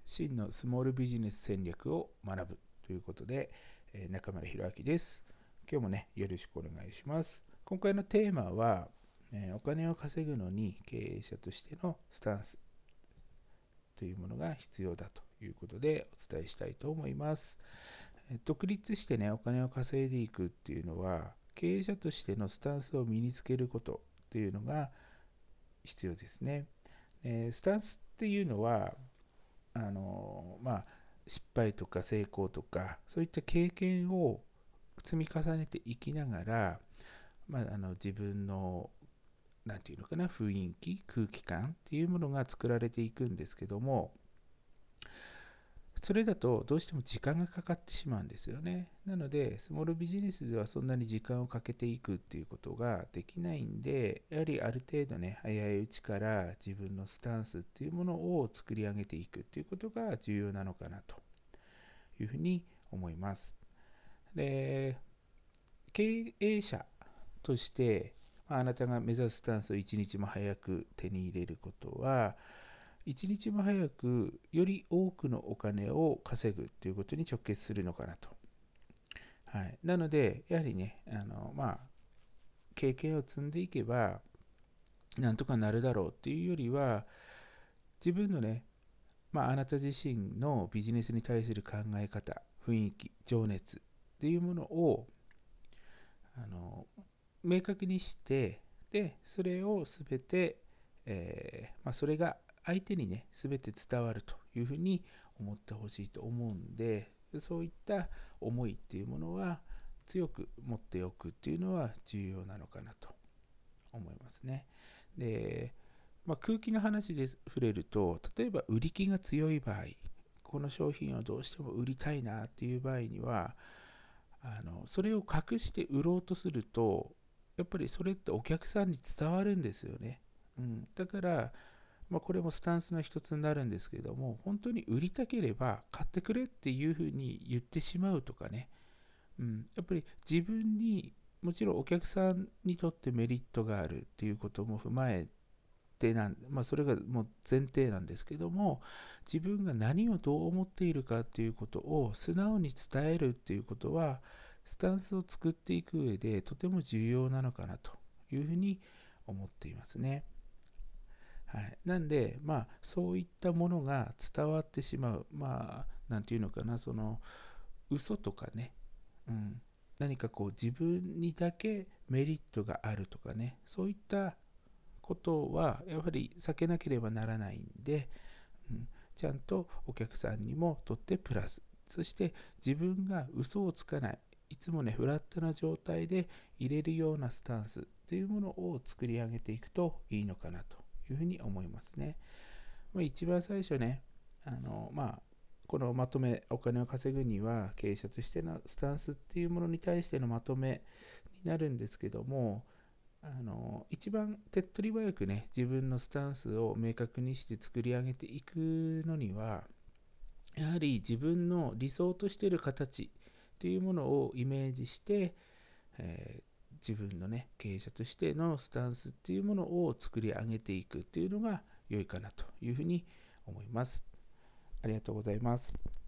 真のスモールビジネス戦略を学ぶということで、中村弘明です。今日もね、よろしくお願いします。今回のテーマは、お金を稼ぐのに経営者としてのスタンスというものが必要だということでお伝えしたいと思います。独立してね、お金を稼いでいくっていうのは、経営者としてのスタンスを身につけることっていうのが必要ですね。スタンスっていうのは、失敗とか成功とかそういった経験を積み重ねていきながら、自分のなんていうのかな、雰囲気空気感っていうものが作られていくんですけども、それだとどうしても時間がかかってしまうんですよね。なのでスモールビジネスではそんなに時間をかけていくっていうことができないんで、やはりある程度ね、早いうちから自分のスタンスっていうものを作り上げていくっていうことが重要なのかなというふうに思います。で、経営者としてあなたが目指すスタンスを一日も早く手に入れることは、一日も早くより多くのお金を稼ぐということに直結するのかなと。はい、なので、やはりね、経験を積んでいけば、なんとかなるだろうっていうよりは、自分のね、あなた自身のビジネスに対する考え方、雰囲気、情熱っていうものを明確にして、で、それをすべて、それが相手にね、すべて伝わるというふうに思ってほしいと思うんで、そういった思いっていうものは強く持っておくっていうのは重要なのかなと思いますね。で、空気の話で触れると、例えば売り気が強い場合、この商品をどうしても売りたいなっていう場合には、それを隠して売ろうとすると、やっぱりそれってお客さんに伝わるんですよね。だから、これもスタンスの一つになるんですけども、本当に売りたければ買ってくれっていうふうに言ってしまうとかね、やっぱり自分にもちろんお客さんにとってメリットがあるっていうことも踏まえてそれがもう前提なんですけども、自分が何をどう思っているかっていうことを素直に伝えるっていうことは、スタンスを作っていく上でとても重要なのかなというふうに思っていますね。はい、なんで、そういったものが伝わってしまう、なんていうのかな、その嘘とかね、何かこう自分にだけメリットがあるとかね、そういったことはやはり避けなければならないんで、ちゃんとお客さんにもとってプラス、そして自分が嘘をつかない、いつもね、フラットな状態で入れるようなスタンスというものを作り上げていくといいのかなというふうに思いますね。一番最初ね、このまとめ、お金を稼ぐには経営者としてのスタンスっていうものに対してのまとめになるんですけども、一番手っ取り早くね、自分のスタンスを明確にして作り上げていくのには、やはり自分の理想としている形っていうものをイメージして、自分のね、経営者としてのスタンスっていうものを作り上げていくっていうのが良いかなというふうに思います。ありがとうございます。